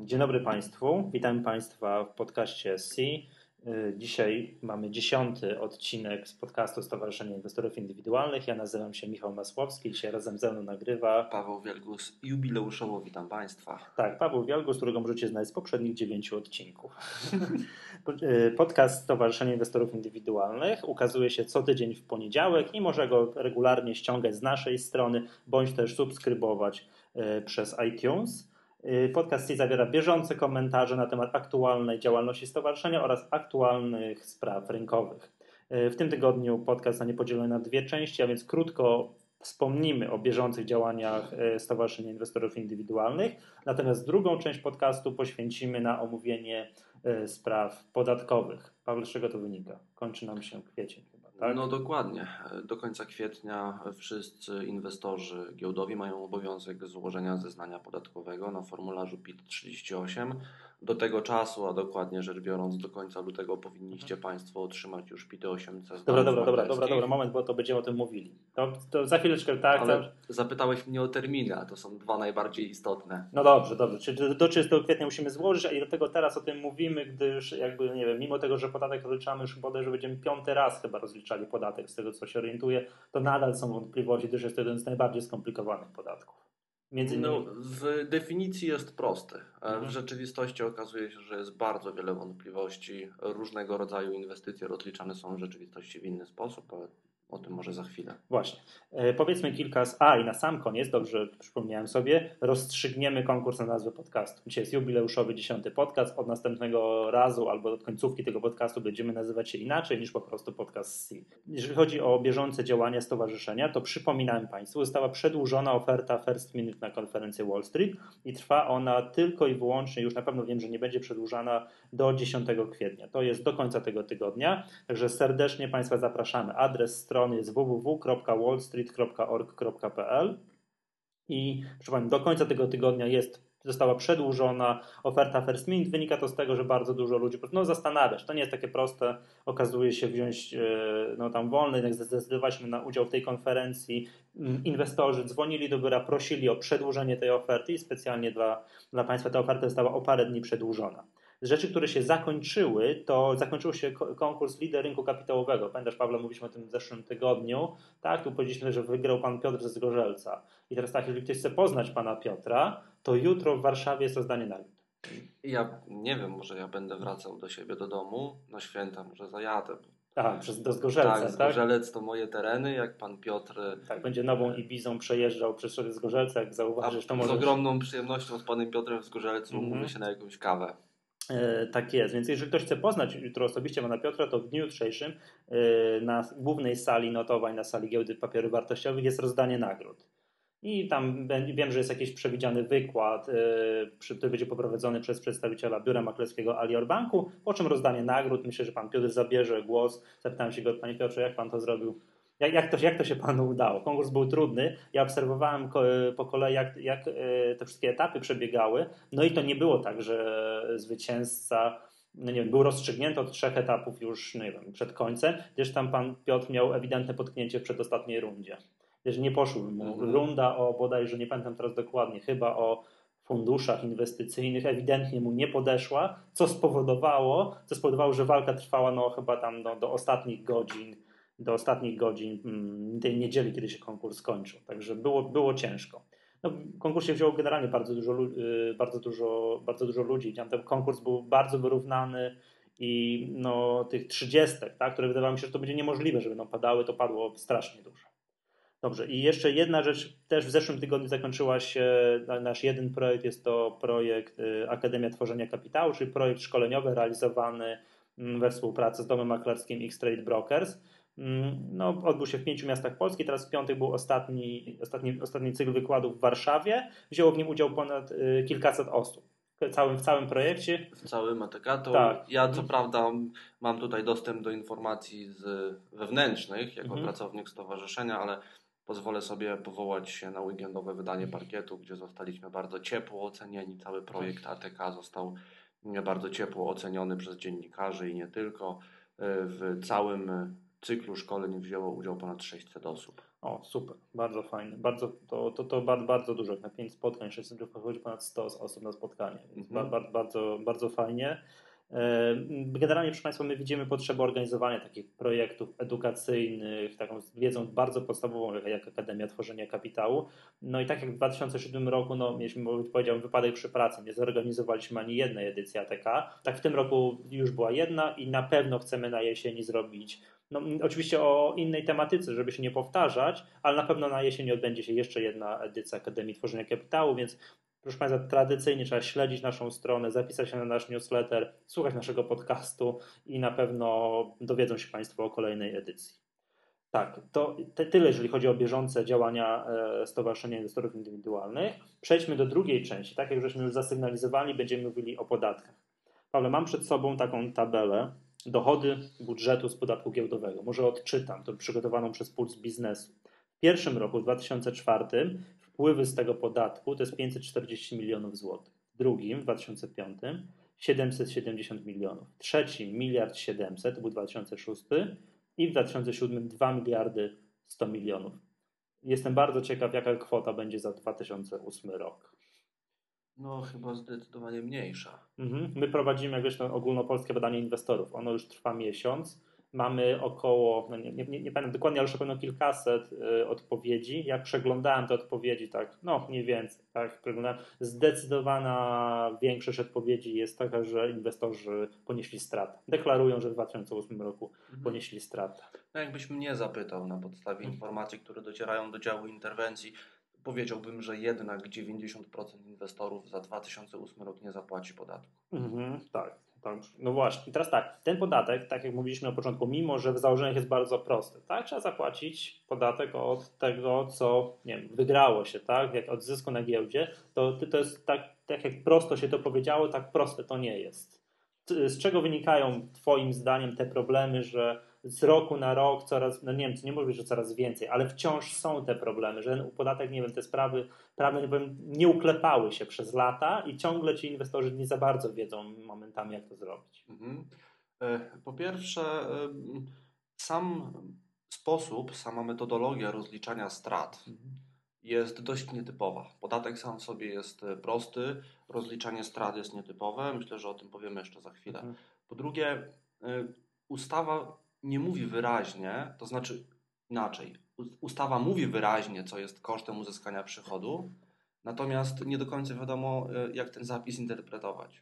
Dzień dobry Państwu. Witam Państwa w podcaście SC. Dzisiaj mamy 10. odcinek z podcastu Stowarzyszenia Inwestorów Indywidualnych. Ja nazywam się Michał Masłowski. Dzisiaj razem ze mną nagrywa Paweł Wielgus. Jubileuszowo witam Państwa. Tak, Paweł Wielgus, którego możecie znać z poprzednich 9 odcinków. Podcast Stowarzyszenia Inwestorów Indywidualnych ukazuje się co tydzień w poniedziałek i może go regularnie ściągać z naszej strony, bądź też subskrybować przez iTunes. Podcast zawiera bieżące komentarze na temat aktualnej działalności stowarzyszenia oraz aktualnych spraw rynkowych. W tym tygodniu podcast zostanie podzielony na dwie części, a więc krótko wspomnimy o bieżących działaniach Stowarzyszenia Inwestorów Indywidualnych, natomiast drugą część podcastu poświęcimy na omówienie spraw podatkowych. Paweł, z czego to wynika? Kończy nam się kwiecień chyba, tak? No dokładnie. Do końca kwietnia wszyscy inwestorzy giełdowi mają obowiązek złożenia zeznania podatkowego na formularzu PIT-38. Do tego czasu, a dokładnie rzecz biorąc do końca lutego powinniście Państwo otrzymać już PIT-8 ze Dobra, moment, bo to będziemy o tym mówili. To za chwileczkę, tak? Ale zapytałeś mnie o terminy, a to są dwa najbardziej istotne. No dobrze. Czyli do 30 kwietnia musimy złożyć, a i dlatego teraz o tym mówimy, gdyż jakby, nie wiem, mimo tego, że podatek rozliczamy już bodajże będziemy 5. raz chyba rozliczali podatek, z tego co się orientuję, to nadal są wątpliwości, gdyż jest to jeden z najbardziej skomplikowanych podatków. W definicji jest prosty. W rzeczywistości okazuje się, że jest bardzo wiele wątpliwości. Różnego rodzaju inwestycje rozliczane są w rzeczywistości w inny sposób, ale o tym może za chwilę. Właśnie. Powiedzmy kilka i na sam koniec, dobrze przypomniałem sobie, rozstrzygniemy konkurs na nazwę podcastu. Dzisiaj jest jubileuszowy 10. podcast. Od następnego razu albo od końcówki tego podcastu będziemy nazywać się inaczej niż po prostu podcast C. Jeżeli chodzi o bieżące działania stowarzyszenia, to przypominałem Państwu, została przedłużona oferta First Minute na konferencję Wall Street i trwa ona tylko i wyłącznie, już na pewno wiem, że nie będzie przedłużana, do 10 kwietnia. To jest do końca tego tygodnia, także serdecznie Państwa zapraszamy. Adres strony jest www.wallstreet.org.pl i przypomnę, do końca tego tygodnia została przedłużona oferta First Minute. Wynika to z tego, że bardzo dużo ludzi zastanawia się. To nie jest takie proste. Okazuje się wziąć tam wolny, jak zdecydowaliśmy na udział w tej konferencji. Inwestorzy dzwonili do biura, prosili o przedłużenie tej oferty i specjalnie dla Państwa ta oferta została o parę dni przedłużona. Z rzeczy, które się zakończyły, to zakończył się konkurs Lider Rynku Kapitałowego. Pamiętasz, Pawle, mówiliśmy o tym w zeszłym tygodniu. Tak, tu powiedzieliśmy, że wygrał pan Piotr ze Zgorzelca. I teraz tak, jeżeli ktoś chce poznać pana Piotra, to jutro w Warszawie jest rozdanie nagród. Ja nie wiem, może ja będę wracał do siebie do domu na święta, może zajadę. Do Zgorzelca, tak? Zgorzelec to moje tereny, jak pan Piotr... Tak, będzie nową Ibizą przejeżdżał przez Zgorzelca, jak zauważysz, to może... Z ogromną przyjemnością z panem Piotrem w Zgorzelcu umówię się na jakąś kawę. Tak jest, więc jeżeli ktoś chce poznać jutro osobiście pana Piotra, to w dniu jutrzejszym na głównej sali notowań, na sali Giełdy Papierów Wartościowych jest rozdanie nagród. I tam wiem, że jest jakiś przewidziany wykład, który będzie poprowadzony przez przedstawiciela biura maklerskiego Alior Banku, po czym rozdanie nagród. Myślę, że pan Piotr zabierze głos. Zapytałem się go, panie Piotrze, jak pan to zrobił? Jak to się panu udało? Konkurs był trudny. Ja obserwowałem po kolei, jak te wszystkie etapy przebiegały. No i to nie było tak, że zwycięzca był rozstrzygnięty od 3 etapów już przed końcem, gdyż tam pan Piotr miał ewidentne potknięcie w przedostatniej rundzie. Gdyż nie poszło mu runda o bodajże, nie pamiętam teraz dokładnie, chyba o funduszach inwestycyjnych, ewidentnie mu nie podeszła, co spowodowało, że walka trwała chyba tam do ostatnich godzin tej niedzieli, kiedy się konkurs skończył. Także było ciężko. W konkursie wzięło generalnie bardzo dużo ludzi. Ten konkurs był bardzo wyrównany i tych 30, tak, które wydawało mi się, że to będzie niemożliwe, że będą padały, to padło strasznie dużo. Dobrze, i jeszcze jedna rzecz, też w zeszłym tygodniu zakończyła się nasz jeden projekt, jest to projekt Akademia Tworzenia Kapitału, czyli projekt szkoleniowy realizowany we współpracy z domem maklerskim X-Trade Brokers. Odbył się w 5 miastach Polski, teraz w piątek był ostatni cykl wykładów w Warszawie. Wzięło w nim udział ponad kilkaset osób. W całym projekcie. W całym ATK. Tak. Ja co prawda mam tutaj dostęp do informacji wewnętrznych jako pracownik stowarzyszenia, ale pozwolę sobie powołać się na weekendowe wydanie Parkietu, gdzie zostaliśmy bardzo ciepło ocenieni. Cały projekt ATK został bardzo ciepło oceniony przez dziennikarzy i nie tylko. W całym cyklu szkoleń wzięło udział ponad 600 osób. O, super, bardzo fajnie. Bardzo dużo. Na 5 spotkań, 600 wchodzi ponad 100 osób na spotkanie, więc bardzo fajnie. Generalnie, proszę Państwa, my widzimy potrzebę organizowania takich projektów edukacyjnych, taką wiedzą bardzo podstawową jak Akademia Tworzenia Kapitału. No i tak jak w 2007 roku mieliśmy, powiedziałbym, wypadek przy pracy, nie zorganizowaliśmy ani jednej edycji ATK, tak w tym roku już była jedna i na pewno chcemy na jesieni zrobić, oczywiście o innej tematyce, żeby się nie powtarzać, ale na pewno na jesieni odbędzie się jeszcze jedna edycja Akademii Tworzenia Kapitału, więc proszę Państwa, tradycyjnie trzeba śledzić naszą stronę, zapisać się na nasz newsletter, słuchać naszego podcastu i na pewno dowiedzą się Państwo o kolejnej edycji. Tak, to tyle, jeżeli chodzi o bieżące działania Stowarzyszenia Inwestorów Indywidualnych. Przejdźmy do drugiej części. Tak jak żeśmy już zasygnalizowali, będziemy mówili o podatkach. Pawle, mam przed sobą taką tabelę dochody budżetu z podatku giełdowego. Może odczytam, to przygotowaną przez Puls Biznesu. W pierwszym roku, w 2004, wpływy z tego podatku to jest 540 milionów złotych. W drugim, w 2005, 770 milionów. W trzecim, 1 700 000, to był 2006 i w 2007 2 miliardy 100 milionów. Jestem bardzo ciekaw, jaka kwota będzie za 2008 rok. No chyba zdecydowanie mniejsza. My prowadzimy, jak wiesz, ogólnopolskie badanie inwestorów. Ono już trwa miesiąc. Mamy około, nie pamiętam dokładnie, ale już na pewno kilkaset odpowiedzi. Jak przeglądałem te odpowiedzi, tak, mniej więcej, tak, zdecydowana większość odpowiedzi jest taka, że inwestorzy ponieśli stratę. Deklarują, że w 2008 roku ponieśli stratę. No jakbyś mnie zapytał na podstawie informacji, które docierają do działu interwencji, powiedziałbym, że jednak 90% inwestorów za 2008 rok nie zapłaci podatku. Tak. No właśnie. I teraz tak, ten podatek, tak jak mówiliśmy na początku, mimo że w założeniach jest bardzo prosty, tak, trzeba zapłacić podatek od tego, co wygrało się, tak, jak od zysku na giełdzie, to jest tak jak prosto się to powiedziało, tak proste to nie jest. Z czego wynikają Twoim zdaniem te problemy, że z roku na rok coraz, nie mówię, że coraz więcej, ale wciąż są te problemy, że ten podatek, te sprawy prawne nie uklepały się przez lata i ciągle ci inwestorzy nie za bardzo wiedzą momentami, jak to zrobić. Po pierwsze, sam sposób, sama metodologia rozliczania strat jest dość nietypowa. Podatek sam w sobie jest prosty, rozliczanie strat jest nietypowe. Myślę, że o tym powiemy jeszcze za chwilę. Po drugie, ustawa nie mówi wyraźnie, to znaczy inaczej. Ustawa mówi wyraźnie, co jest kosztem uzyskania przychodu, natomiast nie do końca wiadomo, jak ten zapis interpretować.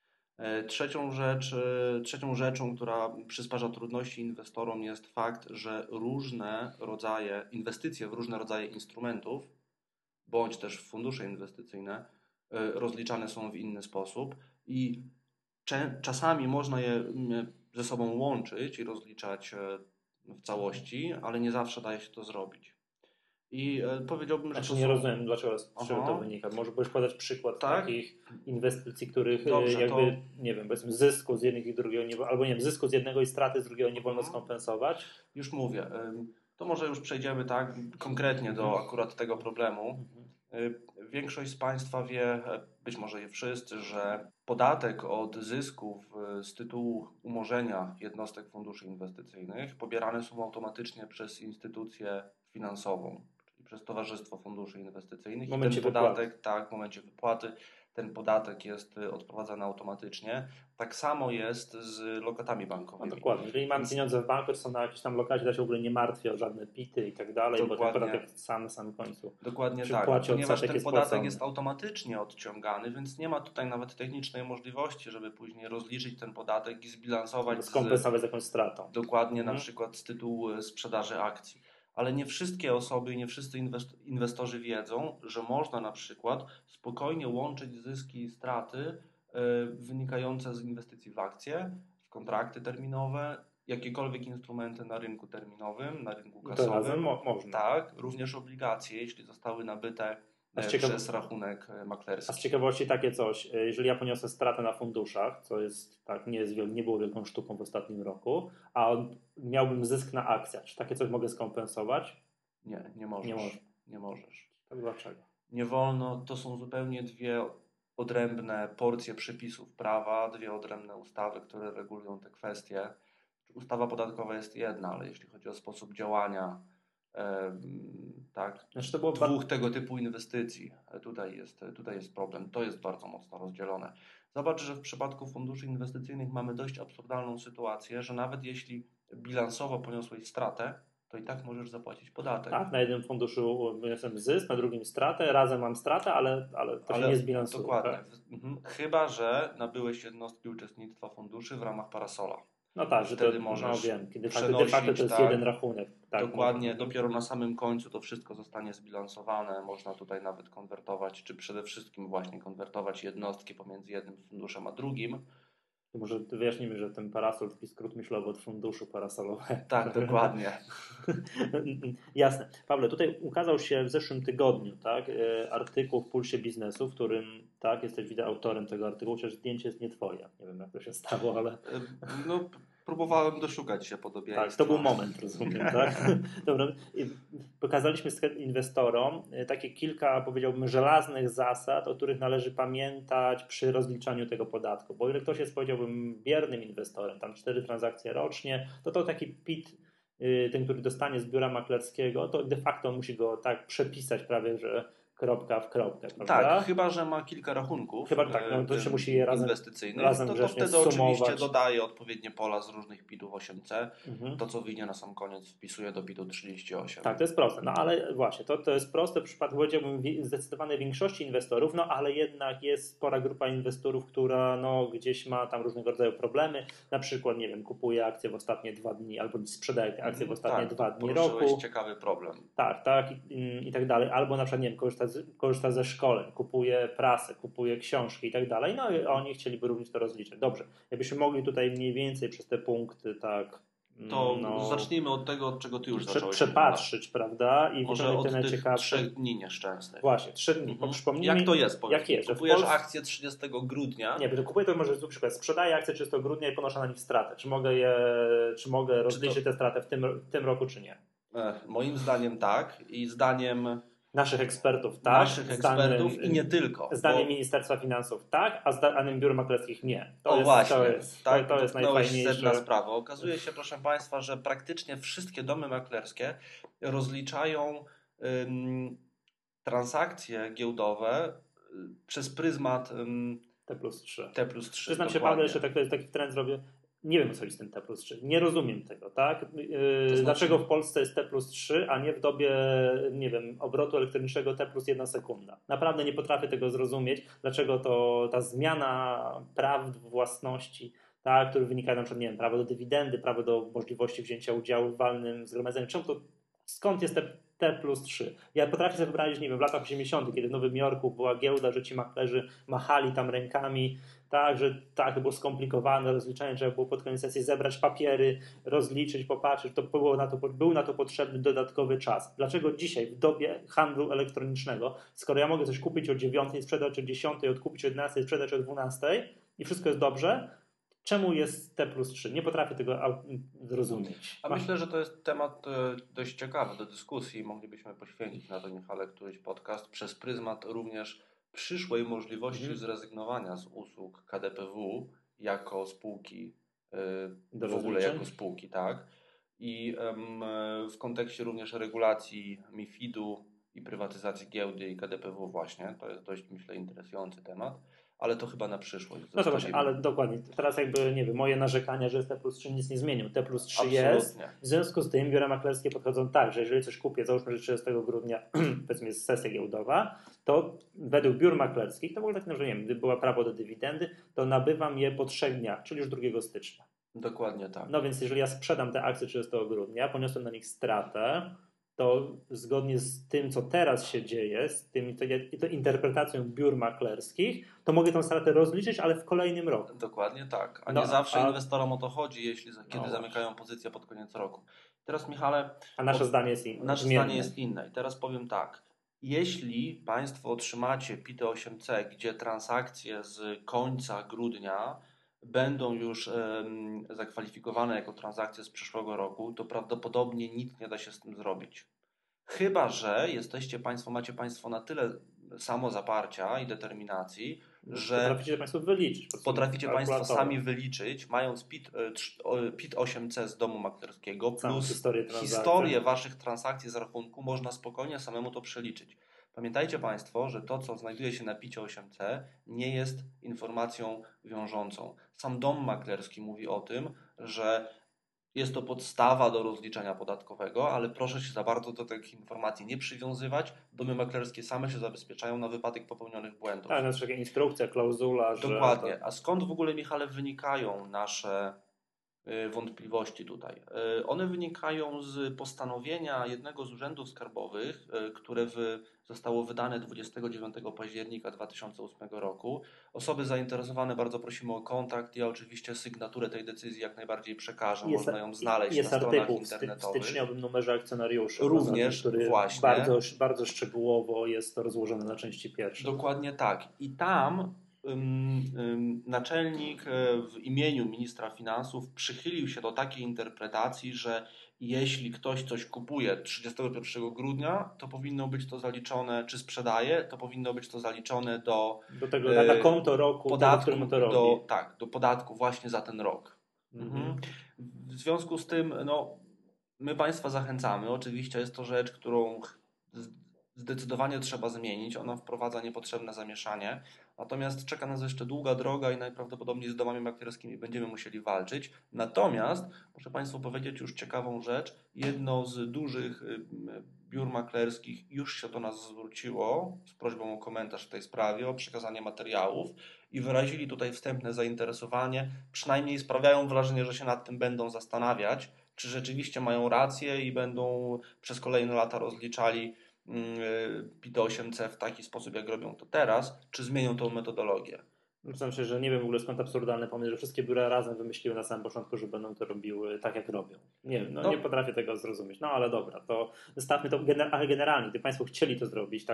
Trzecią rzeczą, która przysparza trudności inwestorom, jest fakt, że różne rodzaje inwestycje w różne rodzaje instrumentów bądź też fundusze inwestycyjne rozliczane są w inny sposób i czasami można je ze sobą łączyć i rozliczać w całości, ale nie zawsze daje się to zrobić. I powiedziałbym, że nie rozumiem, dlaczego to wynika. Może byś podać przykład takich inwestycji, których powiedzmy zysku z jednego i drugiego, albo zysku z jednego i straty z drugiego nie wolno skompensować? Już mówię. To może już przejdziemy konkretnie do akurat tego problemu. Większość z Państwa wie, być może je wszyscy, że podatek od zysków z tytułu umorzenia jednostek funduszy inwestycyjnych pobierane są automatycznie przez instytucję finansową, czyli przez Towarzystwo Funduszy Inwestycyjnych. W momencie wypłaty ten podatek jest odprowadzany automatycznie. Tak samo jest z lokatami bankowymi. No dokładnie. Jeżeli mam pieniądze w banku, to są na jakimś tam lokacie, to się w ogóle nie martwię o żadne PIT-y i tak dalej, bo ten podatek na samym końcu. Dokładnie tak, ponieważ ten podatek jest automatycznie odciągany, więc nie ma tutaj nawet technicznej możliwości, żeby później rozliczyć ten podatek i zbilansować. Skompensować z jakąś stratą. Dokładnie, na przykład z tytułu sprzedaży akcji. Ale nie wszystkie osoby i nie wszyscy inwestorzy wiedzą, że można na przykład spokojnie łączyć zyski i straty wynikające z inwestycji w akcje, w kontrakty terminowe, jakiekolwiek instrumenty na rynku terminowym, na rynku kasowym. Można. Tak, również obligacje, jeśli zostały nabyte przez rachunek maklerski. A z ciekawości takie coś, jeżeli ja poniosę stratę na funduszach, co jest nie było wielką sztuką w ostatnim roku, a miałbym zysk na akcjach, czy takie coś mogę skompensować? Nie możesz. Nie możesz. Tak dlaczego? Nie wolno, to są zupełnie dwie odrębne porcje przepisów prawa, dwie odrębne ustawy, które regulują te kwestie. ustawa podatkowa jest jedna, ale jeśli chodzi o sposób działania, tak, Znaczy to było dwóch tego typu inwestycji, tutaj jest problem. To jest bardzo mocno rozdzielone. Zobacz, że w przypadku funduszy inwestycyjnych mamy dość absurdalną sytuację, że nawet jeśli bilansowo poniosłeś stratę, to i tak możesz zapłacić podatek. Tak, na jednym funduszu jestem zysk, na drugim stratę, razem mam stratę, ale to się nie zbilansuje. Dokładnie. Tak? Chyba że nabyłeś jednostki uczestnictwa funduszy w ramach parasola. No tak, że wtedy to, możesz wiem, kiedy de przenosić, facto to jest jeden rachunek. Tak, dokładnie, dopiero na samym końcu to wszystko zostanie zbilansowane. Można tutaj nawet konwertować, czy przede wszystkim właśnie konwertować jednostki pomiędzy jednym funduszem a drugim. Może wyjaśnimy, że ten parasol taki skrót myślowy od funduszu parasolowego. Tak, dokładnie. Jasne. Pawle, tutaj ukazał się w zeszłym tygodniu artykuł w Pulsie Biznesu, w którym jesteś autorem tego artykułu, chociaż zdjęcie jest nie twoje. Nie wiem, jak to się stało, ale... No, próbowałem doszukać się podobieństwa. Tak, to był moment, rozumiem, tak? Dobra. Pokazaliśmy inwestorom takie kilka, powiedziałbym, żelaznych zasad, o których należy pamiętać przy rozliczaniu tego podatku. Bo ile ktoś jest, powiedziałbym, biernym inwestorem, tam 4 transakcje rocznie, to taki PIT, ten, który dostanie z biura maklerskiego, to de facto musi go tak przepisać prawie, że kropka w kropkę, prawda? Tak, chyba że ma kilka rachunków to się musi je inwestycyjnych, to wtedy sumować. oczywiście dodaje odpowiednie pola z różnych PIT-ów 8C. To, co wyjdzie na sam koniec, wpisuje do PIT-u 38. Tak, to jest proste. No ale właśnie, to jest proste w przypadku, powiedziałbym, zdecydowanej większości inwestorów, no ale jednak jest spora grupa inwestorów, która gdzieś ma tam różnego rodzaju problemy. Na przykład, nie wiem, kupuje akcje w ostatnie 2 dni albo sprzedaje akcje w ostatnie 2 dni roku. Ciekawy problem. Tak, i tak dalej. Albo na przykład, nie wiem, korzysta ze szkoleń, kupuje prasę, kupuje książki i tak dalej. No i oni chcieliby również to rozliczyć. Dobrze, jakbyśmy mogli tutaj mniej więcej przez te punkty to zacznijmy od tego, od czego ty już zacząłeś. Przepatrzyć, prawda? I może od tych 3 dni nieszczęsnych. Właśnie, 3 dni. Jak to jest? Jak jest? Kupujesz akcję 30 grudnia. Nie, kupuję to może na przykład sprzedaję akcję 30 grudnia i ponoszę na nich stratę. Czy mogę rozliczyć tę stratę w tym roku, czy nie? Moim zdaniem tak i zdaniem naszych ekspertów tak. Naszych ekspertów i nie tylko. Zdaniem Ministerstwa Finansów tak, a zdaniem biur maklerskich nie. To jest najfajniejsze. Sedna sprawa. Okazuje się, proszę Państwa, że praktycznie wszystkie domy maklerskie rozliczają transakcje giełdowe przez pryzmat T+3. Przyznam się, Paweł, jeszcze taki trend zrobię. Nie wiem, co jest ten T+3. Nie rozumiem tego, tak? Dlaczego w Polsce jest T+3, a nie w dobie, nie wiem, obrotu elektronicznego T+1 sekunda? Naprawdę nie potrafię tego zrozumieć, dlaczego ta zmiana praw własności, które wynikają na przykład, nie wiem, prawo do dywidendy, prawo do możliwości wzięcia udziału w walnym zgromadzeniu. Skąd jest T+3? Ja potrafię sobie wyobrazić, nie wiem, w latach 80., kiedy w Nowym Jorku była giełda, że ci maklerzy machali tam rękami, że to było skomplikowane rozliczenie, trzeba było pod koniec sesji zebrać papiery, rozliczyć, popatrzeć, był na to potrzebny dodatkowy czas. Dlaczego dzisiaj, w dobie handlu elektronicznego, skoro ja mogę coś kupić o 9, sprzedać o 10, odkupić o 11, sprzedać o 12 i wszystko jest dobrze, czemu jest T+3? Nie potrafię tego zrozumieć. Myślę, że to jest temat dość ciekawy do dyskusji. Moglibyśmy poświęcić na to, Michale, któryś podcast przez pryzmat również przyszłej możliwości zrezygnowania z usług KDPW jako spółki, w ogóle jako spółki, tak? I w kontekście również regulacji MiFID-u i prywatyzacji giełdy i KDPW właśnie. To jest dość, myślę, interesujący temat. Ale to chyba na przyszłość. No to właśnie, ale dokładnie. Teraz nie wiem, moje narzekania, że jest T+3 nic nie zmienią. T+3 Absolutnie. jest. W związku z tym biura maklerskie podchodzą tak, że jeżeli coś kupię, załóżmy, że 30 grudnia powiedzmy jest sesja giełdowa, to według biur maklerskich, to było tak, że nie wiem, gdyby było prawo do dywidendy, to nabywam je po 3 dniach, czyli już 2 stycznia. Dokładnie tak. No więc jeżeli ja sprzedam te akcje 30 grudnia, poniosłem na nich stratę, to zgodnie z tym, co teraz się dzieje, z tą interpretacją biur maklerskich, to mogę tę stratę rozliczyć, ale w kolejnym roku. Dokładnie tak. A nie zawsze inwestorom o to chodzi, kiedy zamykają pozycję pod koniec roku. Teraz, Michale... A nasze zdanie jest inne. Nasze zdanie jest inne. I teraz powiem tak. Jeśli Państwo otrzymacie PIT-8C, gdzie transakcje z końca grudnia będą już zakwalifikowane jako transakcje z przyszłego roku, to prawdopodobnie nic nie da się z tym zrobić. Chyba że macie Państwo na tyle samozaparcia i determinacji, że potraficie Państwo wyliczyć. Potraficie Państwo sami wyliczyć, mając PIT 8C z domu maklerskiego plus historię Waszych transakcji z rachunku, można spokojnie samemu to przeliczyć. Pamiętajcie Państwo, że to, co znajduje się na PIT 8C, nie jest informacją wiążącą. Sam dom maklerski mówi o tym, że jest to podstawa do rozliczenia podatkowego, ale proszę się za bardzo do takich informacji nie przywiązywać. Domy maklerskie same się zabezpieczają na wypadek popełnionych błędów. Tak, to jest taka instrukcja, klauzula. Dokładnie. Że... A skąd w ogóle, Michale, wynikają nasze wątpliwości tutaj? One wynikają z postanowienia jednego z urzędów skarbowych, które zostało wydane 29 października 2008 roku. Osoby zainteresowane bardzo prosimy o kontakt. Ja oczywiście sygnaturę tej decyzji jak najbardziej przekażę. Można ją znaleźć na stronach internetowych. W styczniowym numerze akcjonariuszy. Również, który właśnie. Bardzo szczegółowo jest to rozłożone na części pierwsze. Dokładnie tak. I tam naczelnik w imieniu ministra finansów przychylił się do takiej interpretacji, że jeśli ktoś coś kupuje 31 grudnia, to powinno być to zaliczone, czy sprzedaje, to powinno być to zaliczone do tego na konto roku, podatku, tego, to robi. Do podatku właśnie za ten rok. W związku z tym my Państwa zachęcamy. Oczywiście jest to rzecz, którą zdecydowanie trzeba zmienić. Ona wprowadza niepotrzebne zamieszanie. Natomiast czeka nas jeszcze długa droga i najprawdopodobniej z domami maklerskimi będziemy musieli walczyć. Natomiast muszę Państwu powiedzieć już ciekawą rzecz. Jedno z dużych biur maklerskich już się do nas zwróciło z prośbą o komentarz w tej sprawie, o przekazanie materiałów i wyrazili tutaj wstępne zainteresowanie. Przynajmniej sprawiają wrażenie, że się nad tym będą zastanawiać, czy rzeczywiście mają rację i będą przez kolejne lata rozliczali PIT 8C w taki sposób, jak robią to teraz, czy zmienią tą metodologię? Myślę, że nie wiem w ogóle skąd absurdalny pomysł, że wszystkie biura razem wymyśliły na samym początku, że będą to robiły tak, jak robią. Nie wiem, nie potrafię tego zrozumieć. Ale dobra, to zostawmy to, ale generalnie, gdy Państwo chcieli to zrobić,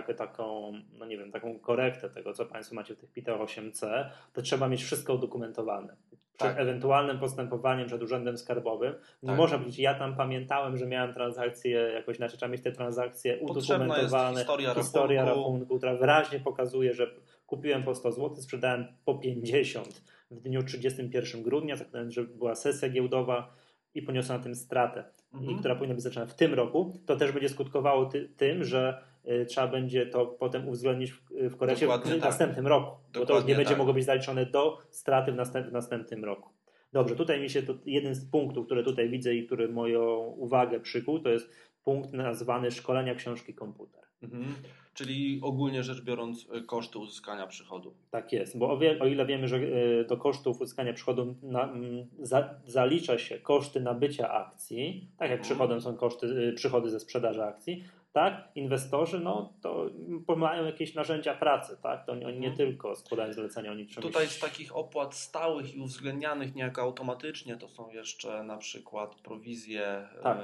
taką korektę tego, co Państwo macie w tych PIT 8C, to trzeba mieć wszystko udokumentowane. Przed ewentualnym postępowaniem przed Urzędem Skarbowym. Nie można powiedzieć, ja tam pamiętałem, że miałem transakcje jakoś inaczej, trzeba mieć te transakcje udokumentowane. Historia rachunku, która wyraźnie pokazuje, że kupiłem po 100 zł, sprzedałem po 50 w dniu 31 grudnia, zakładając, że była sesja giełdowa i poniosła na tym stratę, i która powinna być zaczęta w tym roku. To też będzie skutkowało tym, że trzeba będzie to potem uwzględnić w korekcie w następnym roku, bo to nie będzie mogło być zaliczone do straty w następnym roku. Dobrze, tutaj mi się to jeden z punktów, które tutaj widzę i który moją uwagę przykuł, to jest punkt nazwany szkolenia książki komputer. Czyli ogólnie rzecz biorąc koszty uzyskania przychodu. Tak jest, bo o ile wiemy, że do kosztów uzyskania przychodu zalicza się koszty nabycia akcji, tak jak przychodem są przychody ze sprzedaży akcji, tak, inwestorzy to mają jakieś narzędzia pracy, tak, to oni nie tylko składają zlecenia, oni trzeba Tutaj z takich opłat stałych i uwzględnianych niejako automatycznie to są jeszcze na przykład prowizje,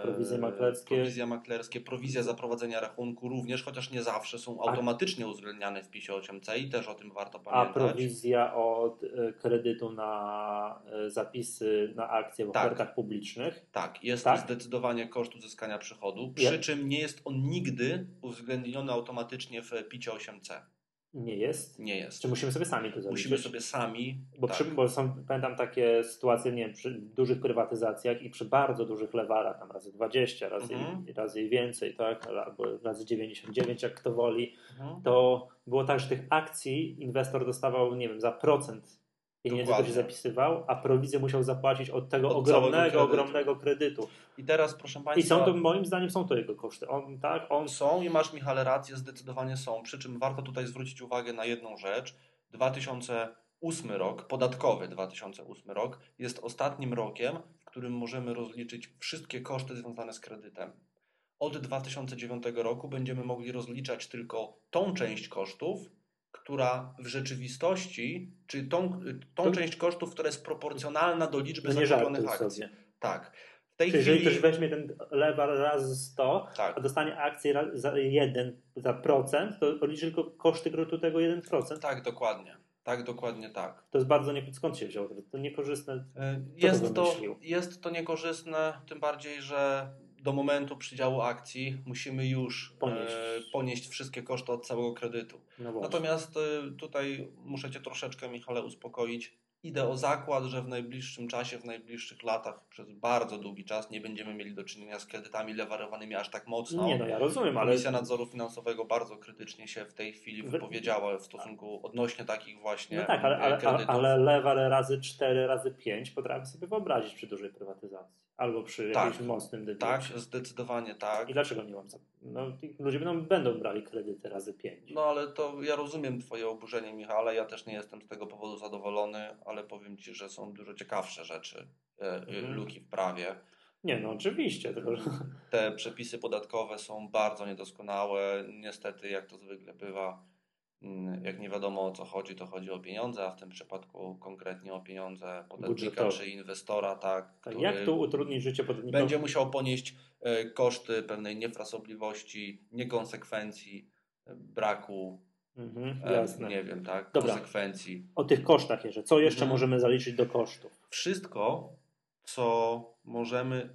prowizje maklerskie, prowizja za prowadzenie rachunku również, chociaż nie zawsze są automatycznie uwzględniane w PIT 8C i też o tym warto pamiętać. A prowizja od kredytu na zapisy na akcje w ofertach publicznych? Tak, jest to zdecydowanie koszt uzyskania przychodu, przy czym nie jest on nigdy uwzględniony automatycznie w PIT 8C. Nie jest? Nie jest. Czy musimy sobie sami to zaliczyć? Musimy sobie sami. Bo pamiętam takie sytuacje, nie wiem, przy dużych prywatyzacjach i przy bardzo dużych lewarach, tam razy 20, razy i więcej, tak? Albo razy 99, jak kto woli, to było tak, że tych akcji inwestor dostawał, nie wiem, za procent pieniędzy, który się zapisywał, a prowizję musiał zapłacić od tego ogromnego kredytu. I teraz, proszę Państwa... moim zdaniem są to jego koszty. Są i masz, Michale, rację, zdecydowanie są. Przy czym warto tutaj zwrócić uwagę na jedną rzecz. 2008 rok, podatkowy 2008 rok, jest ostatnim rokiem, w którym możemy rozliczyć wszystkie koszty związane z kredytem. Od 2009 roku będziemy mogli rozliczać tylko tą część kosztów, która w rzeczywistości, czy tą część kosztów, która jest proporcjonalna do liczby zakupionych akcji. Tak. Czyli jeżeli ktoś weźmie ten lewar razy 100, a dostanie akcję za procent, to liczy tylko koszty kredytu tego 1%. Tak, dokładnie. Tak. To jest bardzo skąd się wziął? To niekorzystne. Jest to niekorzystne, tym bardziej, że do momentu przydziału akcji musimy już ponieść wszystkie koszty od całego kredytu. Natomiast tutaj muszę Cię troszeczkę, Michale, uspokoić. Idę o zakład, że w najbliższym czasie, w najbliższych latach, przez bardzo długi czas nie będziemy mieli do czynienia z kredytami lewarowanymi aż tak mocno. Nie, no ja rozumiem, ale... Komisja Nadzoru Finansowego bardzo krytycznie się w tej chwili wypowiedziała w stosunku odnośnie takich właśnie kredytów. Ale lewar razy 4, razy 5 potrafię sobie wyobrazić przy dużej prywatyzacji. Albo przy jakimś mocnym dywidendzie. Tak, zdecydowanie tak. I dlaczego nie mam? No, ludzie będą brali kredyty razy 5. No ale to ja rozumiem Twoje oburzenie, Michale. Ja też nie jestem z tego powodu zadowolony, ale powiem Ci, że są dużo ciekawsze rzeczy, luki w prawie. Nie, no oczywiście. Tylko... Te przepisy podatkowe są bardzo niedoskonałe. Niestety, jak to zwykle bywa, jak nie wiadomo o co chodzi, to chodzi o pieniądze, a w tym przypadku konkretnie o pieniądze podatnika czy inwestora, który jak tu utrudnić życie podatnikowi? Będzie musiał ponieść koszty pewnej niefrasobliwości, niekonsekwencji, braku nie wiem, tak, konsekwencji. O tych kosztach jeszcze. Co jeszcze możemy zaliczyć do kosztów? Wszystko, co możemy,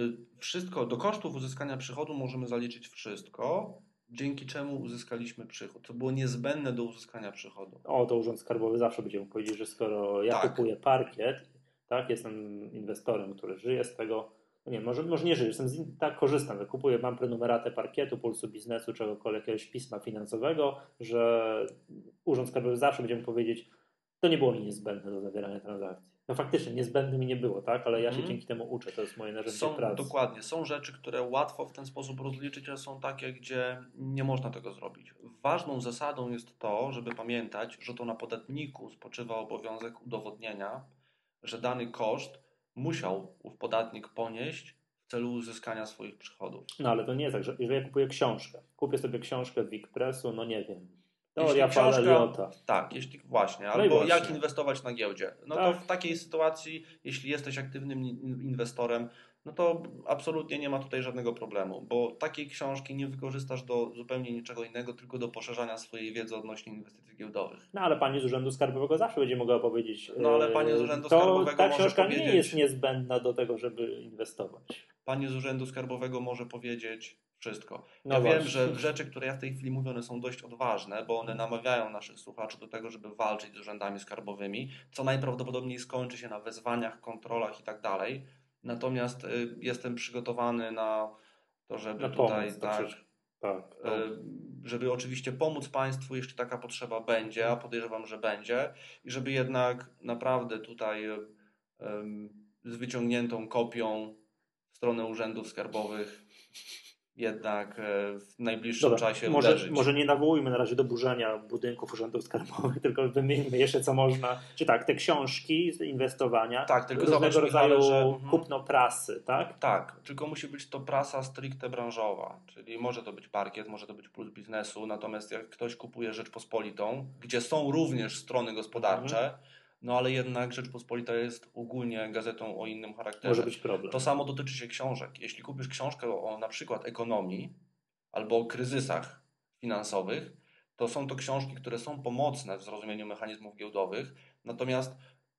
do kosztów uzyskania przychodu możemy zaliczyć wszystko, dzięki czemu uzyskaliśmy przychód, co było niezbędne do uzyskania przychodu. To Urząd Skarbowy zawsze będzie mógł powiedzieć, że skoro ja kupuję parkiet, tak, jestem inwestorem, który żyje z tego, nie, może nie żyję, korzystam, że kupuję, mam prenumeratę parkietu, Pulsu Biznesu, czegokolwiek, jakiegoś pisma finansowego, że Urząd Skarbowy zawsze będzie mógł powiedzieć, to nie było mi niezbędne do zawierania transakcji. No faktycznie, niezbędne mi nie było, tak? Ale ja się dzięki temu uczę, to jest moje narzędzie pracy. Dokładnie, są rzeczy, które łatwo w ten sposób rozliczyć, a są takie, gdzie nie można tego zrobić. Ważną zasadą jest to, żeby pamiętać, że to na podatniku spoczywa obowiązek udowodnienia, że dany koszt musiał ów podatnik ponieść w celu uzyskania swoich przychodów. No ale to nie jest tak, że jeżeli ja kupuję książkę, kupię sobie książkę Wikpresu, no nie wiem, Teoria fal Elliota. Tak, albo jak inwestować na giełdzie. No to w takiej sytuacji, jeśli jesteś aktywnym inwestorem, no to absolutnie nie ma tutaj żadnego problemu, bo takiej książki nie wykorzystasz do zupełnie niczego innego, tylko do poszerzania swojej wiedzy odnośnie inwestycji giełdowych. No ale pani z Urzędu Skarbowego zawsze będzie mogła powiedzieć, no ale pani z Urzędu Skarbowego ta książka nie jest niezbędna do tego, żeby inwestować. Pani z Urzędu Skarbowego może powiedzieć wszystko. Ja wiem, że rzeczy, które ja w tej chwili mówię, one są dość odważne, bo one namawiają naszych słuchaczy do tego, żeby walczyć z urzędami skarbowymi, co najprawdopodobniej skończy się na wezwaniach, kontrolach i tak dalej. Natomiast jestem przygotowany na to, żeby żeby oczywiście pomóc państwu, jeśli taka potrzeba będzie, a podejrzewam, że będzie, i żeby jednak naprawdę tutaj z wyciągniętą kopią w stronę urzędów skarbowych jednak w najbliższym czasie uderzyć. Może nie nawołujmy na razie do burzenia budynków urzędów skarbowych, tylko wymieńmy jeszcze co można. Czy te książki z inwestowania, tylko różnego rodzaju kupno prasy, tak? Tak, tylko musi być to prasa stricte branżowa, czyli może to być parkiet, może to być Puls Biznesu, natomiast jak ktoś kupuje Rzeczpospolitą, gdzie są również strony gospodarcze, no ale jednak Rzeczpospolita jest ogólnie gazetą o innym charakterze. Może być problem. To samo dotyczy się książek. Jeśli kupisz książkę o na przykład ekonomii albo o kryzysach finansowych, to są to książki, które są pomocne w zrozumieniu mechanizmów giełdowych, natomiast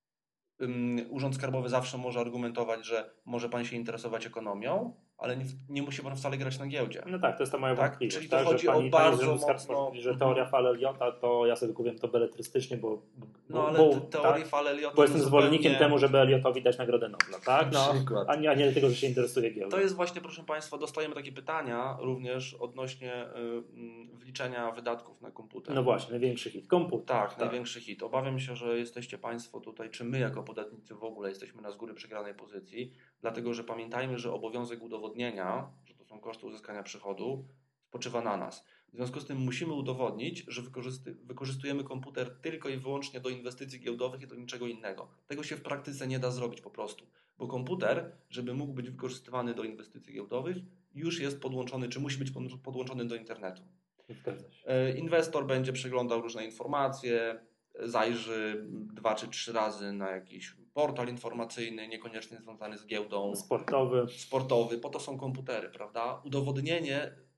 Urząd Skarbowy zawsze może argumentować, że może pan się interesować ekonomią, ale nie musi pan wcale grać na giełdzie. No tak, to jest ta moja wątpliwość. Czyli to chodzi o bardzo mocno... Że teoria fal Elliota, to ja sobie kupiłem to beletrystycznie, bo teorii fal Elliota... Bo jestem zwolennikiem temu, żeby Elliotowi dać Nagrodę Nobla, tak? A nie dlatego, że się interesuje giełdą. To jest właśnie, proszę państwa, dostajemy takie pytania również odnośnie wliczenia wydatków na komputer. No właśnie, największy hit. Komputer. Tak, największy hit. Obawiam się, że jesteście państwo tutaj, czy my jako podatnicy w ogóle jesteśmy na z góry przegranej pozycji, dlatego, że pamiętajmy, że obowiązek udowodnienia, że to są koszty uzyskania przychodu, spoczywa na nas. W związku z tym musimy udowodnić, że wykorzystujemy komputer tylko i wyłącznie do inwestycji giełdowych i do niczego innego. Tego się w praktyce nie da zrobić po prostu, bo komputer, żeby mógł być wykorzystywany do inwestycji giełdowych, już jest podłączony, czy musi być podłączony do internetu. Inwestor będzie przeglądał różne informacje, zajrzy 2 czy 3 razy na jakiś portal informacyjny, niekoniecznie związany z giełdą. Sportowy. Po to są komputery, prawda? Udowodnienie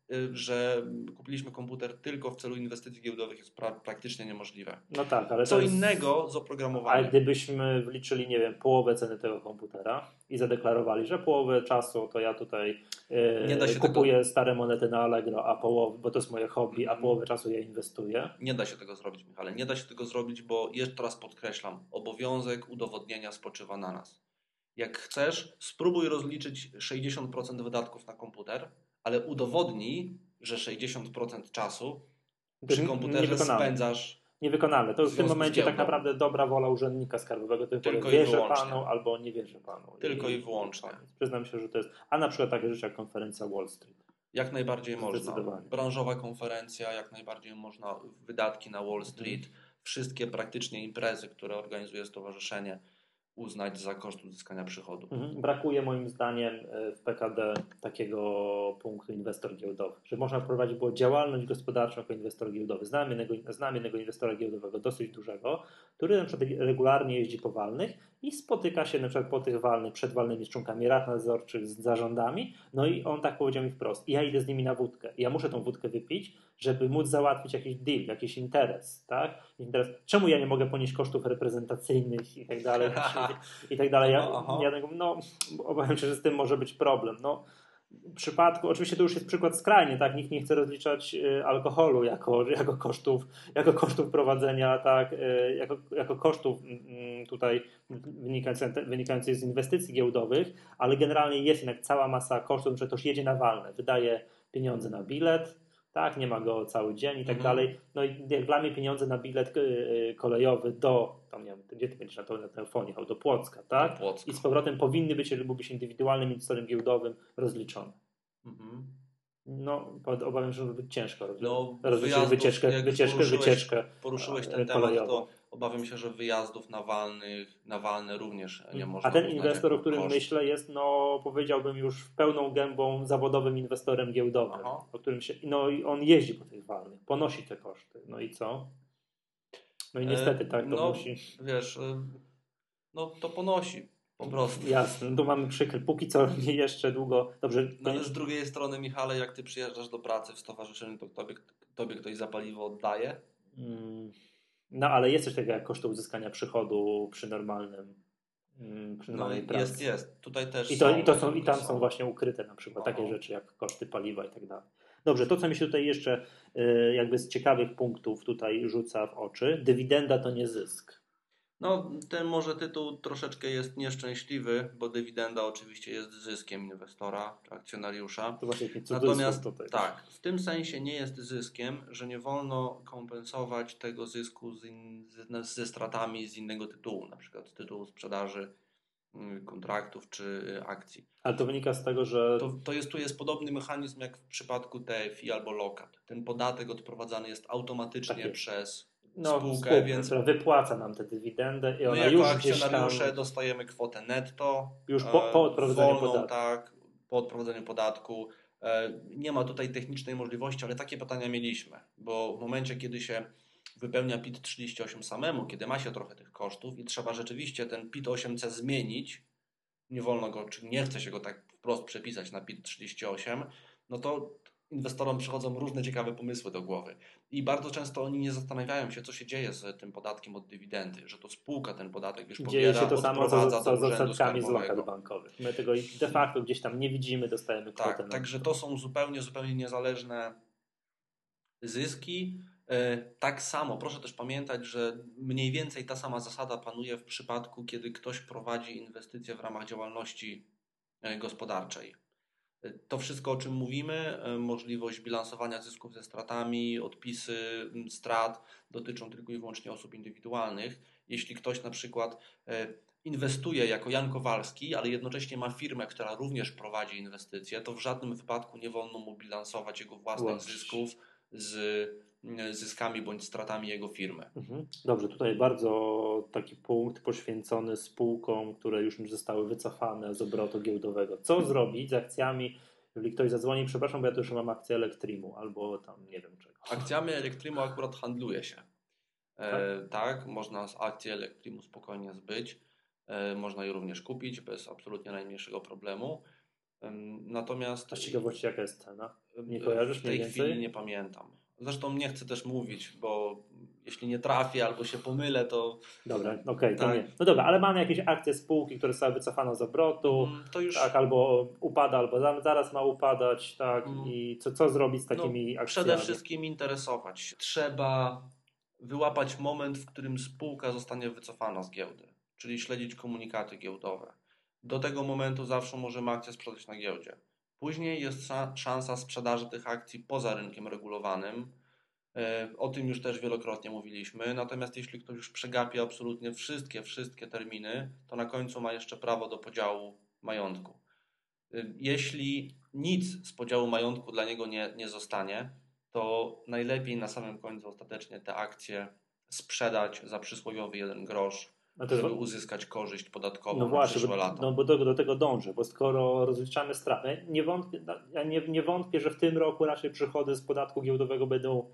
że kupiliśmy komputer tylko w celu inwestycji giełdowych jest praktycznie niemożliwe. No tak, ale Co innego z A oprogramowaniem. gdybyśmy wliczyli, nie wiem, połowę ceny tego komputera i zadeklarowali, że połowę czasu to ja tutaj Nie da się kupuję stare monety na Allegro, bo to jest moje hobby, a połowę czasu ja inwestuję. Nie da się tego zrobić, Michale. Nie da się tego zrobić, bo jeszcze raz podkreślam, obowiązek udowodnienia spoczywa na nas. Jak chcesz, spróbuj rozliczyć 60% wydatków na komputer, ale udowodnij, że 60% czasu przy komputerze spędzasz. Niewykonalne. To w w tym związku z momencie tak giełdą. naprawdę dobra wola urzędnika skarbowego, który Tylko powie, i wierzę wyłącznie. panu albo nie wierzę panu. Tylko i wyłącznie. Przyznam się, że to jest. A na przykład takie rzeczy jak konferencja Wall Street. Jak najbardziej można. Zdecydowanie. Branżowa konferencja, jak najbardziej można. Wydatki na Wall Street, wszystkie praktycznie imprezy, które organizuje stowarzyszenie, uznać za koszt uzyskania przychodu. Brakuje moim zdaniem w PKD takiego punktu inwestor giełdowy, że można prowadzić było działalność gospodarczą jako inwestor giełdowy. Znam jednego inwestora giełdowego dosyć dużego, który na przykład regularnie jeździ po walnych i spotyka się na przykład po tych walnych przed walnymi z członkami rad nadzorczych, z zarządami, no i on tak powiedział mi wprost, ja idę z nimi na wódkę, ja muszę tą wódkę wypić, żeby móc załatwić jakiś deal, jakiś interes, tak? Czemu ja nie mogę ponieść kosztów reprezentacyjnych i tak dalej, i tak dalej. Obawiam się, że z tym może być problem. W przypadku, oczywiście to już jest przykład skrajny, tak? Nikt nie chce rozliczać alkoholu jako kosztów prowadzenia, tak? Jako kosztów tutaj wynikających z inwestycji giełdowych, ale generalnie jest jednak cała masa kosztów, że ktoś jedzie na walne, wydaje pieniądze na bilet, tak, nie ma go cały dzień i tak dalej. No i dla mnie pieniądze na bilet kolejowy tam nie wiem, gdzie ty będziesz na telefonie jechał, do Płocka, tak? Do Płocka. I z powrotem powinny być, jeżeli byłbyś indywidualnym inwestorem giełdowym, rozliczone. No, obawiam się, że może być ciężko rozliczyć wycieczkę. Poruszyłeś ten temat, to obawiam się, że wyjazdów na walne również nie można. A ten inwestor, o którym myślę, jest, powiedziałbym, już pełną gębą zawodowym inwestorem giełdowym, o którym i on jeździ po tych walnych, ponosi te koszty. No i co? No i niestety tak to musi. Wiesz, to ponosi. Po prostu. Jasne, tu mamy przykry. Póki co nie jeszcze długo. Dobrze. Ale z drugiej strony, Michale, jak ty przyjeżdżasz do pracy w stowarzyszeniu, to tobie ktoś za paliwo oddaje? No, ale jest coś takiego jak koszty uzyskania przychodu przy normalnej pracy. Jest. Tutaj też I tam są właśnie ukryte na przykład takie rzeczy jak koszty paliwa i tak dalej. Dobrze, to co mi się tutaj jeszcze jakby z ciekawych punktów tutaj rzuca w oczy, dywidenda to nie zysk. Ten może tytuł troszeczkę jest nieszczęśliwy, bo dywidenda oczywiście jest zyskiem inwestora czy akcjonariusza. To właśnie Natomiast tak, w tym sensie nie jest zyskiem, że nie wolno kompensować tego zysku ze stratami z innego tytułu, na przykład tytułu sprzedaży kontraktów czy akcji. Ale to wynika z tego, że... Tu jest podobny mechanizm jak w przypadku TFI albo lokat. Ten podatek odprowadzany jest automatycznie przez spółkę, więc która wypłaca nam tę dywidendę i ona jako już akcjonariusze dostajemy kwotę netto już po odprowadzeniu podatku. Tak, po odprowadzeniu podatku. Nie ma tutaj technicznej możliwości, ale takie pytania mieliśmy, bo w momencie, kiedy się wypełnia PIT 38 samemu, kiedy ma się trochę tych kosztów i trzeba rzeczywiście ten PIT 8C zmienić, nie wolno go, czy nie chce się go tak wprost przepisać na PIT 38, no to inwestorom przychodzą różne ciekawe pomysły do głowy. I bardzo często oni nie zastanawiają się, co się dzieje z tym podatkiem od dywidendy, że to spółka ten podatek już pobiera, dzieje się to samo co z odsetkami z lokat bankowych. My tego de facto gdzieś tam nie widzimy, dostajemy kwotę. Tak, także to są zupełnie niezależne zyski. Tak samo, proszę też pamiętać, że mniej więcej ta sama zasada panuje w przypadku, kiedy ktoś prowadzi inwestycje w ramach działalności gospodarczej. To wszystko, o czym mówimy, możliwość bilansowania zysków ze stratami, odpisy strat dotyczą tylko i wyłącznie osób indywidualnych. Jeśli ktoś na przykład inwestuje jako Jan Kowalski, ale jednocześnie ma firmę, która również prowadzi inwestycje, to w żadnym wypadku nie wolno mu bilansować jego własnych zysków z zyskami bądź stratami jego firmy. Dobrze, tutaj bardzo taki punkt poświęcony spółkom, które już zostały wycofane z obrotu giełdowego. Co zrobić z akcjami, jeżeli ktoś zadzwoni, przepraszam, bo ja tu już mam akcję Elektrimu albo tam nie wiem czego. Akcjami Elektrimu akurat handluje się. Tak, można z akcji Elektrimu spokojnie zbyć. Można je również kupić bez absolutnie najmniejszego problemu. Natomiast A z ciekawości jaka jest cena? Nie w kojarzysz tej mniej chwili więcej? nie pamiętam. Zresztą nie chcę też mówić, bo jeśli nie trafię albo się pomylę, to Dobra, okej, to tak. nie. No dobra, ale mamy jakieś akcje spółki, które zostały wycofane z obrotu, To tak, już albo upada, albo zaraz ma upadać, tak, i co zrobić z no, takimi przede akcjami? wszystkim interesować się. Trzeba wyłapać moment, w którym spółka zostanie wycofana z giełdy, czyli śledzić komunikaty giełdowe. Do tego momentu zawsze możemy akcję sprzedać na giełdzie. Później jest szansa sprzedaży tych akcji poza rynkiem regulowanym. O tym już też wielokrotnie mówiliśmy. Natomiast jeśli ktoś już przegapi absolutnie wszystkie terminy, to na końcu ma jeszcze prawo do podziału majątku. Jeśli nic z podziału majątku dla niego nie zostanie, to najlepiej na samym końcu ostatecznie te akcje sprzedać za przysłowiowy 1 grosz, No to jest, żeby uzyskać korzyść no podatkową na właśnie, przyszłe lata. bo do tego dążę, bo skoro rozliczamy straty, ja nie wątpię, że w tym roku raczej przychody z podatku giełdowego będą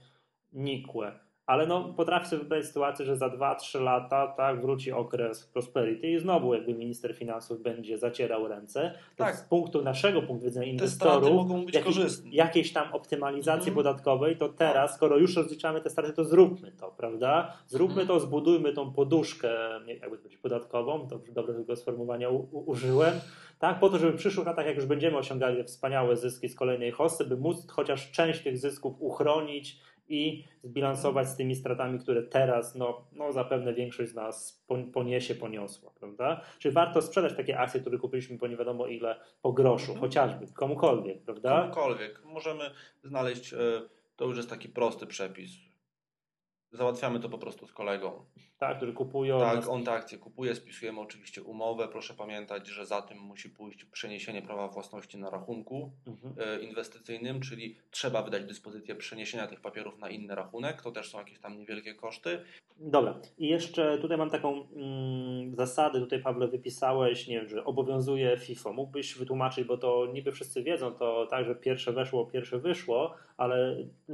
nikłe. Ale no, potrafię sobie wyobrazić sytuację, że za 2-3 lata tak, wróci okres prosperity i znowu jakby minister finansów będzie zacierał ręce. To Tak. z naszego punktu widzenia Te straty inwestorów, mogą być korzystne. jakiejś tam optymalizacji podatkowej, to teraz, Tak. skoro już rozliczamy te straty, to zróbmy to, prawda? Zróbmy to, zbudujmy tą poduszkę jakby to powiedzieć, podatkową, dobre tego sformułowania użyłem, tak, po to, żeby w przyszłych latach, jak już będziemy osiągali wspaniałe zyski z kolejnej hossy, by móc chociaż część tych zysków uchronić i zbilansować z tymi stratami, które teraz no zapewne większość z nas poniosła, prawda? Czyli warto sprzedać takie akcje, które kupiliśmy po nie wiadomo ile, po groszu, chociażby, komukolwiek, prawda? Komukolwiek. Możemy znaleźć, to już jest taki prosty przepis. Załatwiamy to po prostu z kolegą. Tak, którzy kupują. Tak, on te akcje kupuje, spisujemy oczywiście umowę. Proszę pamiętać, że za tym musi pójść przeniesienie prawa własności na rachunku inwestycyjnym, czyli trzeba wydać dyspozycję przeniesienia tych papierów na inny rachunek. To też są jakieś tam niewielkie koszty. Dobra. I jeszcze tutaj mam taką zasadę, tutaj Pawle wypisałeś, nie wiem, że obowiązuje FIFO. Mógłbyś wytłumaczyć, bo to niby wszyscy wiedzą, to tak, że pierwsze weszło, pierwsze wyszło, ale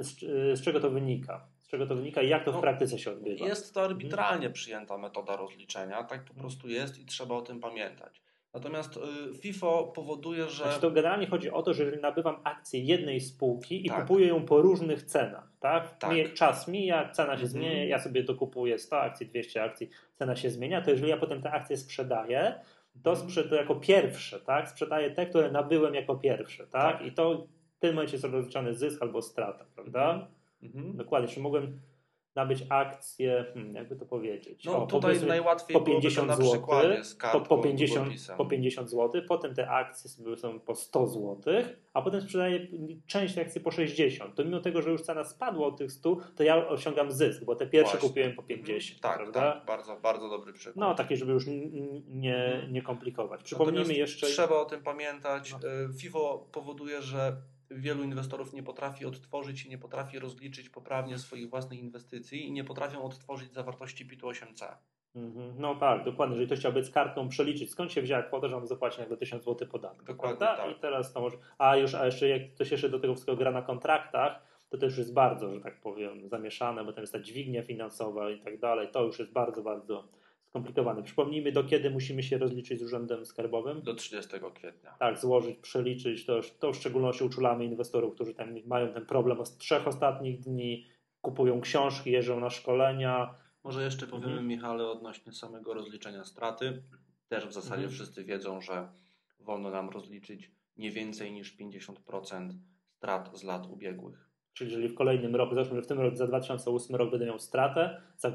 z czego to wynika? Z czego to wynika i jak to w praktyce się odbywa? Jest to arbitralnie przyjęta metoda rozliczenia, tak po prostu jest i trzeba o tym pamiętać. Natomiast FIFO powoduje, że... Znaczy to generalnie chodzi o to, że jeżeli nabywam akcję jednej spółki i tak. kupuję ją po różnych cenach, tak? Tak. Czas mija, cena się zmienia, ja sobie dokupuję 100 akcji, 200 akcji, cena się zmienia, to jeżeli ja potem te akcje sprzedaję, to jako pierwsze, tak? Sprzedaję te, które nabyłem jako pierwsze, tak? I to w tym momencie jest rozliczany zysk albo strata, prawda? Dokładnie, czy mogłem nabyć akcję, jakby to powiedzieć. No tutaj najłatwiej po 50 na przykładzie z kartką po 50 zł, potem te akcje są po 100 zł, a potem sprzedaję część akcji po 60. To mimo tego, że już cena spadła od tych 100, to ja osiągam zysk, bo te pierwsze kupiłem po 50. Prawda? Tak, bardzo, bardzo dobry przykład. No takie, żeby już nie komplikować. Przypomnijmy jeszcze... Trzeba o tym pamiętać. FIFO powoduje, że wielu inwestorów nie potrafi odtworzyć i nie potrafi rozliczyć poprawnie swoich własnych inwestycji i nie potrafią odtworzyć zawartości PIT-u 8C. No tak, dokładnie. Jeżeli ktoś chciałby z kartą przeliczyć, skąd się wzięła kwota, że on zapłaci nagle 1000 zł podatku. Dokładnie tak. I teraz to może... A jeszcze jak ktoś jeszcze do tego wszystkiego gra na kontraktach, to też jest bardzo, że tak powiem, zamieszane, bo tam jest ta dźwignia finansowa i tak dalej. To już jest bardzo, bardzo skomplikowane. Przypomnijmy, do kiedy musimy się rozliczyć z Urzędem Skarbowym? Do 30 kwietnia. Tak, złożyć, przeliczyć. To w szczególności uczulamy inwestorów, którzy tam mają ten problem z 3 ostatnich dni, kupują książki, jeżdżą na szkolenia. Może jeszcze powiemy, Michale, odnośnie samego rozliczenia straty. Też w zasadzie wszyscy wiedzą, że wolno nam rozliczyć nie więcej niż 50% strat z lat ubiegłych. Czyli jeżeli w kolejnym roku, załóżmy, że w tym roku, za 2008 rok będę miał stratę, za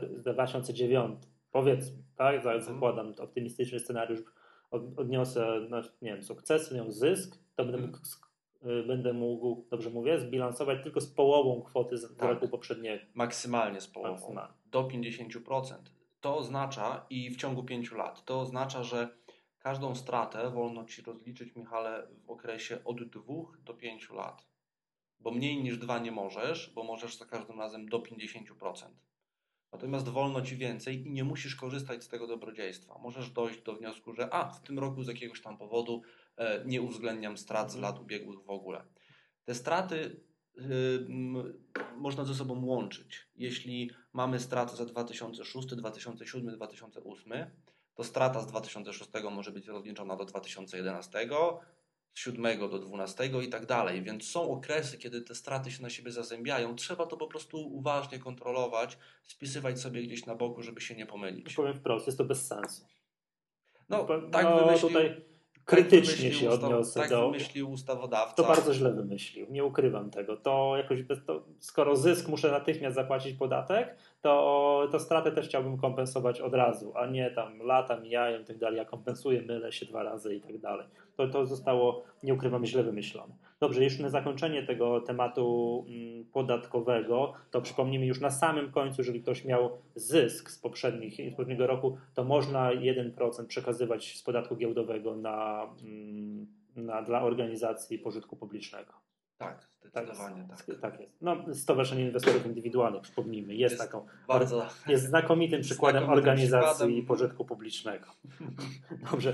2009, powiedzmy, tak, zakładam optymistyczny scenariusz, odniosę, nie wiem, sukces, miał zysk, to będę mógł, dobrze mówię, zbilansować tylko z połową kwoty z roku poprzedniego. Maksymalnie z połową. Do 50%. To oznacza, i w ciągu 5 lat, to oznacza, że każdą stratę wolno Ci rozliczyć, Michale, w okresie od 2 do 5 lat. Bo mniej niż 2 nie możesz, bo możesz za każdym razem do 50%. Natomiast wolno Ci więcej i nie musisz korzystać z tego dobrodziejstwa. Możesz dojść do wniosku, że w tym roku z jakiegoś tam powodu nie uwzględniam strat z lat ubiegłych w ogóle. Te straty można ze sobą łączyć. Jeśli mamy straty za 2006, 2007, 2008, to strata z 2006 może być rozliczona do 2011, z 7 do 12 i tak dalej, więc są okresy, kiedy te straty się na siebie zazębiają. Trzeba to po prostu uważnie kontrolować, spisywać sobie gdzieś na boku, żeby się nie pomylić. Powiem wprost, jest to bez sensu. No, Tutaj krytycznie się odniosę wymyślił ustawodawca. To bardzo źle wymyślił, nie ukrywam tego. To jakoś skoro zysk muszę natychmiast zapłacić podatek, to stratę też chciałbym kompensować od razu, a nie tam lata mijają i tak dalej. Ja kompensuję, mylę się 2 razy i tak dalej. To zostało, nie ukrywam, źle wymyślone. Dobrze, już na zakończenie tego tematu podatkowego, to przypomnijmy już na samym końcu, jeżeli ktoś miał zysk z poprzedniego roku, to można 1% przekazywać z podatku giełdowego dla organizacji pożytku publicznego. Tak, zdecydowanie tak. Tak jest. No, Stowarzyszenie Inwestorów Indywidualnych, przypomnijmy, jest znakomitym przykładem organizacji pożytku publicznego. Dobrze.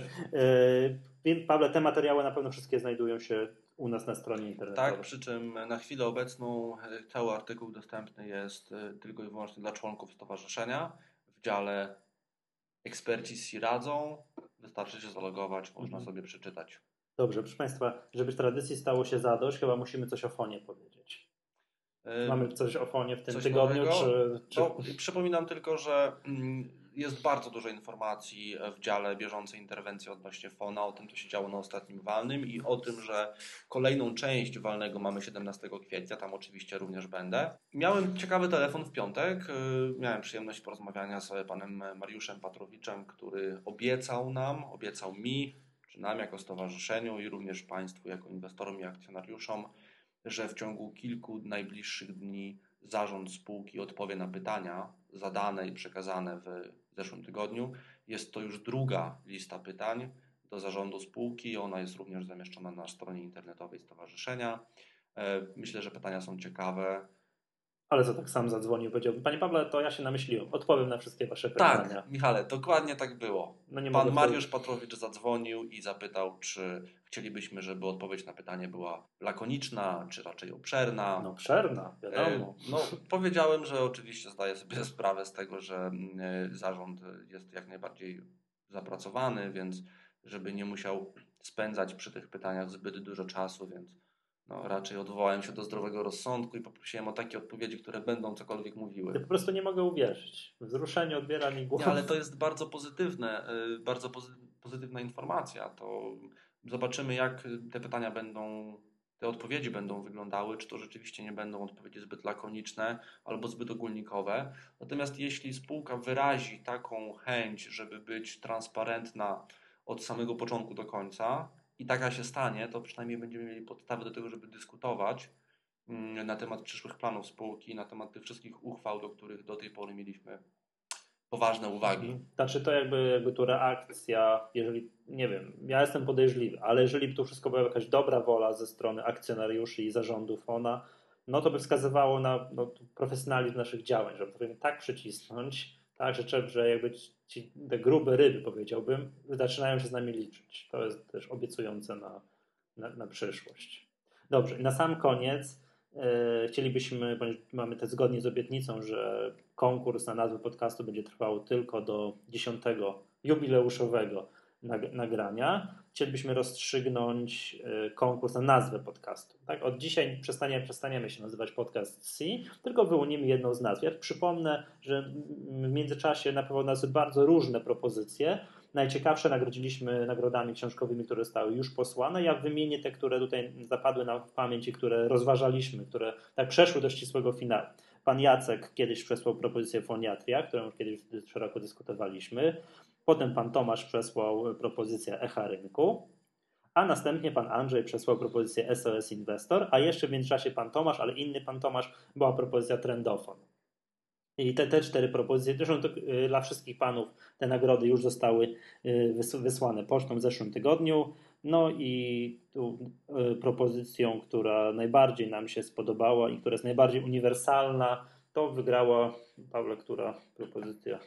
Więc Pawle, te materiały na pewno wszystkie znajdują się u nas na stronie internetowej. Tak, przy czym na chwilę obecną cały artykuł dostępny jest tylko i wyłącznie dla członków stowarzyszenia. W dziale eksperci ci radzą, wystarczy się zalogować, można sobie przeczytać. Dobrze, proszę Państwa, żeby tradycji stało się zadość, chyba musimy coś o fonie powiedzieć. Mamy coś o fonie w tym tygodniu? Czy... No, przypominam tylko, że jest bardzo dużo informacji w dziale bieżącej interwencji odnośnie fona, o tym, co się działo na ostatnim walnym i o tym, że kolejną część walnego mamy 17 kwietnia, tam oczywiście również będę. Miałem ciekawy telefon w piątek, miałem przyjemność porozmawiania z panem Mariuszem Patrowiczem, który obiecał mi, czy nam jako stowarzyszeniu i również państwu jako inwestorom i akcjonariuszom, że w ciągu kilku najbliższych dni zarząd spółki odpowie na pytania zadane i przekazane w zeszłym tygodniu. Jest to już druga lista pytań do zarządu spółki. Ona jest również zamieszczona na stronie internetowej stowarzyszenia. Myślę, że pytania są ciekawe. Ale co tak sam zadzwonił, powiedział: Panie Pawle, to ja się namyśliłem, odpowiem na wszystkie Wasze pytania. Tak, Michale, dokładnie tak było. Pan Mariusz Patrowicz zadzwonił i zapytał, czy chcielibyśmy, żeby odpowiedź na pytanie była lakoniczna, czy raczej obszerna. No obszerna, wiadomo. Powiedziałem, że oczywiście zdaję sobie sprawę z tego, że zarząd jest jak najbardziej zapracowany, więc żeby nie musiał spędzać przy tych pytaniach zbyt dużo czasu, więc raczej odwołałem się do zdrowego rozsądku i poprosiłem o takie odpowiedzi, które będą cokolwiek mówiły. Ja po prostu nie mogę uwierzyć. Wzruszenie odbiera mi głowę. Ale to jest bardzo pozytywne, bardzo pozytywna informacja. To zobaczymy, jak te pytania te odpowiedzi będą wyglądały, czy to rzeczywiście nie będą odpowiedzi zbyt lakoniczne albo zbyt ogólnikowe. Natomiast jeśli spółka wyrazi taką chęć, żeby być transparentna od samego początku do końca, i taka się stanie, to przynajmniej będziemy mieli podstawy do tego, żeby dyskutować na temat przyszłych planów spółki, na temat tych wszystkich uchwał, do których do tej pory mieliśmy poważne uwagi. Znaczy to jakby tu reakcja, jeżeli, nie wiem, ja jestem podejrzliwy, ale jeżeli by tu wszystko była jakaś dobra wola ze strony akcjonariuszy i zarządu FONA, no to by wskazywało na profesjonalizm naszych działań, żeby to tak przycisnąć, tak, że jakby te grube ryby, powiedziałbym, zaczynają się z nami liczyć. To jest też obiecujące na przyszłość. Dobrze, i na sam koniec chcielibyśmy, ponieważ mamy te zgodnie z obietnicą, że konkurs na nazwę podcastu będzie trwał tylko do 10. jubileuszowego nagrania. Chcielibyśmy rozstrzygnąć konkurs na nazwę podcastu. Tak? Od dzisiaj przestaniemy się nazywać Podcast C, tylko wyłonimy jedną z nazw. Ja przypomnę, że w międzyczasie napływały nas bardzo różne propozycje. Najciekawsze nagrodziliśmy nagrodami książkowymi, które zostały już posłane. Ja wymienię te, które tutaj zapadły nam w pamięć i które rozważaliśmy, które tak przeszły do ścisłego finału. Pan Jacek kiedyś przesłał propozycję Foniatria, którą już kiedyś szeroko dyskutowaliśmy. Potem pan Tomasz przesłał propozycję Echa Rynku, a następnie pan Andrzej przesłał propozycję SOS Inwestor, a jeszcze w międzyczasie pan Tomasz, ale inny pan Tomasz, była propozycja Trendofon. I te 4 propozycje, zresztą dla wszystkich panów te nagrody już zostały wysłane pocztą w zeszłym tygodniu. No i tu propozycją, która najbardziej nam się spodobała i która jest najbardziej uniwersalna, to wygrała, Pawle, która propozycja?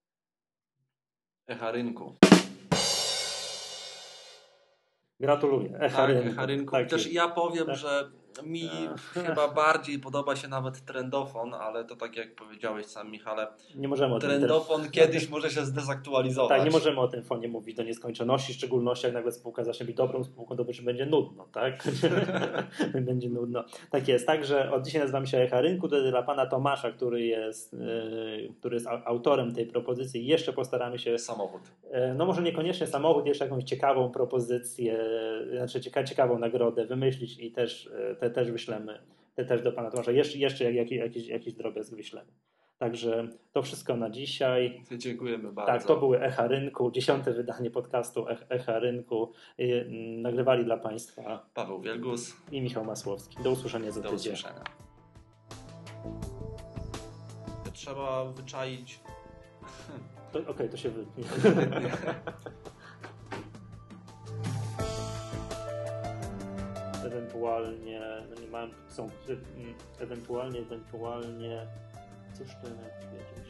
Echa Rynku. Gratuluję. Echa Rynku. Tak, też ja powiem, że Mi chyba bardziej podoba się nawet trendofon, ale to tak jak powiedziałeś sam, Michale, Nie możemy o tym trendofon kiedyś może się zdezaktualizować. Tak, nie możemy o tym fonie mówić do nieskończoności, w szczególności jak nagle spółka zacznie być dobrą spółką, to już będzie nudno, tak? Będzie nudno. Tak jest. Także od dzisiaj nazywamy się Echa Rynku. To dla pana Tomasza, który jest autorem tej propozycji. Jeszcze postaramy się... Samochód. No może niekoniecznie samochód, jeszcze jakąś ciekawą propozycję, znaczy ciekawą nagrodę wymyślić i też wyślemy, też do pana Tomasza. Jeszcze jakiś drobiazg wyślemy. Także to wszystko na dzisiaj. Dziękujemy bardzo. Tak, to były Echa Rynku, 10. wydanie podcastu Echa Rynku. Nagrywali dla Państwa Paweł Wielgus i Michał Masłowski. Do usłyszenia za tydzień. Do usłyszenia. Trzeba wyczaić... Okej, to się wytnie. Ewentualnie, no nie mam, są ewentualnie, cóż to wiecie.